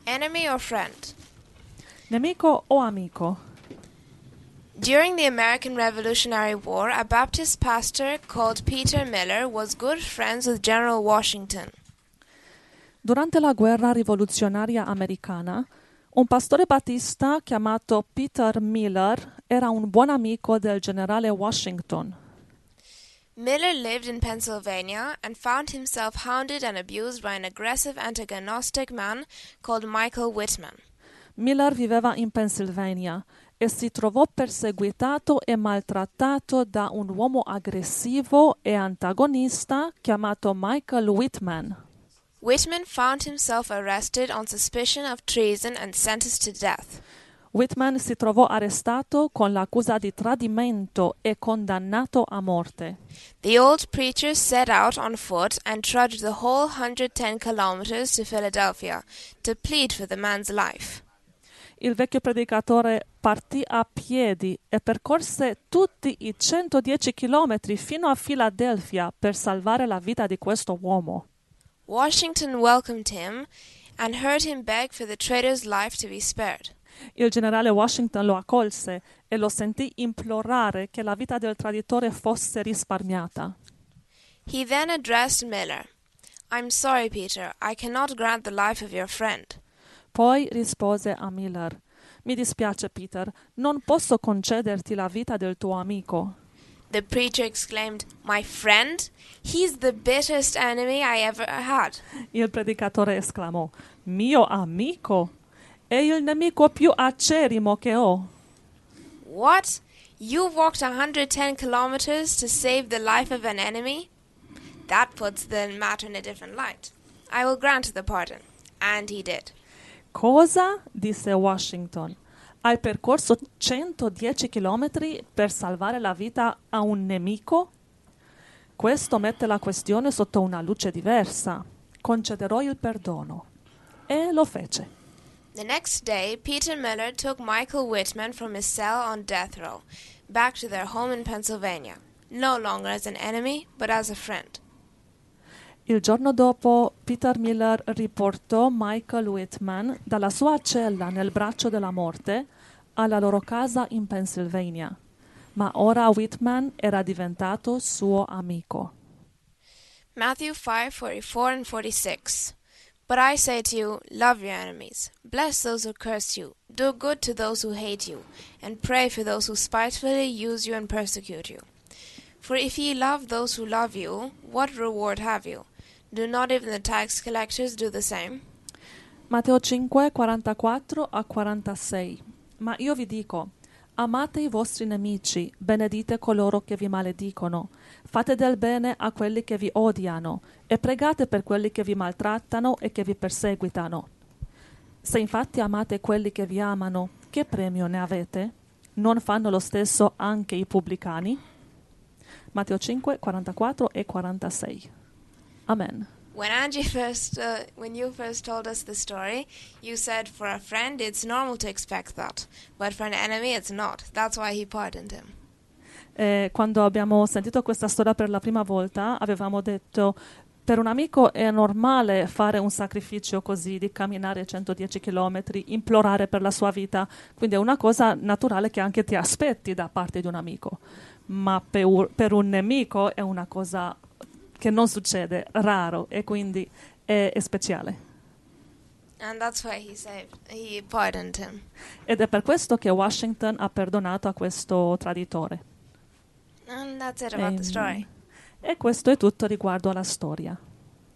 Enemy or friend? Nemico o amico? During the American Revolutionary War, a Baptist pastor called Peter Miller was good friends with General Washington. Durante la guerra rivoluzionaria americana, un pastore battista chiamato Peter Miller era un buon amico del generale Washington. Miller lived in Pennsylvania and found himself hounded and abused by an aggressive antagonistic man called Michael Whitman. Miller viveva in Pennsylvania e si trovò perseguitato e maltrattato da un uomo aggressivo e antagonista chiamato Michael Whitman. Whitman found himself arrested on suspicion of treason and sentenced to death. Whitman si trovò arrestato con l'accusa di tradimento e condannato a morte. The old preacher set out on foot and trudged the whole 110 kilometers to Philadelphia to plead for the man's life. Il vecchio predicatore partì a piedi e percorse tutti i 110 chilometri fino a Filadelfia per salvare la vita di questo uomo. Washington welcomed him and heard him beg for the traitor's life to be spared. Il generale Washington lo accolse e lo sentì implorare che la vita del traditore fosse risparmiata. He then addressed Miller. "I'm sorry, Peter, I cannot grant the life of your friend." Poi rispose a Miller: Mi dispiace, Peter, non posso concederti la vita del tuo amico. The preacher exclaimed, "My friend? He's the bitterest enemy I ever had." Il predicatore esclamò: Mio amico? È il nemico più acerrimo che ho. What? You walked 110 kilometers to save the life of an enemy? That puts the matter in a different light. I will grant the pardon. And he did. Cosa? Disse Washington. Hai percorso 110 chilometri per salvare la vita a un nemico? Questo mette la questione sotto una luce diversa. Concederò il perdono. E lo fece. The next day, Peter Miller took Michael Whitman from his cell on death row, back to their home in Pennsylvania, no longer as an enemy, but as a friend. Il giorno dopo, Peter Miller riportò Michael Whitman dalla sua cella nel braccio della morte alla loro casa in Pennsylvania. Ma ora Whitman era diventato suo amico. Matthew 5:44 and 46. But I say to you, love your enemies, bless those who curse you, do good to those who hate you, and pray for those who spitefully use you and persecute you. For if ye love those who love you, what reward have you? Do not even the tax collectors do the same? Matteo 5, 44 a 46. Ma io vi dico, amate i vostri nemici, benedite coloro che vi maledicono, fate del bene a quelli che vi odiano e pregate per quelli che vi maltrattano e che vi perseguitano. Se infatti amate quelli che vi amano, che premio ne avete? Non fanno lo stesso anche i pubblicani? Matteo 5, 44 e 46. Amen. When when you first told us the story, you said for a friend it's normal to expect that, but for an enemy it's not. That's why he pardoned him. Quando abbiamo sentito questa storia per la prima volta, avevamo detto per un amico è normale fare un sacrificio così, di camminare 110 chilometri, implorare per la sua vita, quindi è una cosa naturale che anche ti aspetti da parte di un amico, ma per un nemico è una cosa che non succede, raro, e quindi è speciale. And that's why he pardoned him. Ed è per questo che Washington ha perdonato a questo traditore. And that's it about the story. E questo è tutto riguardo alla storia.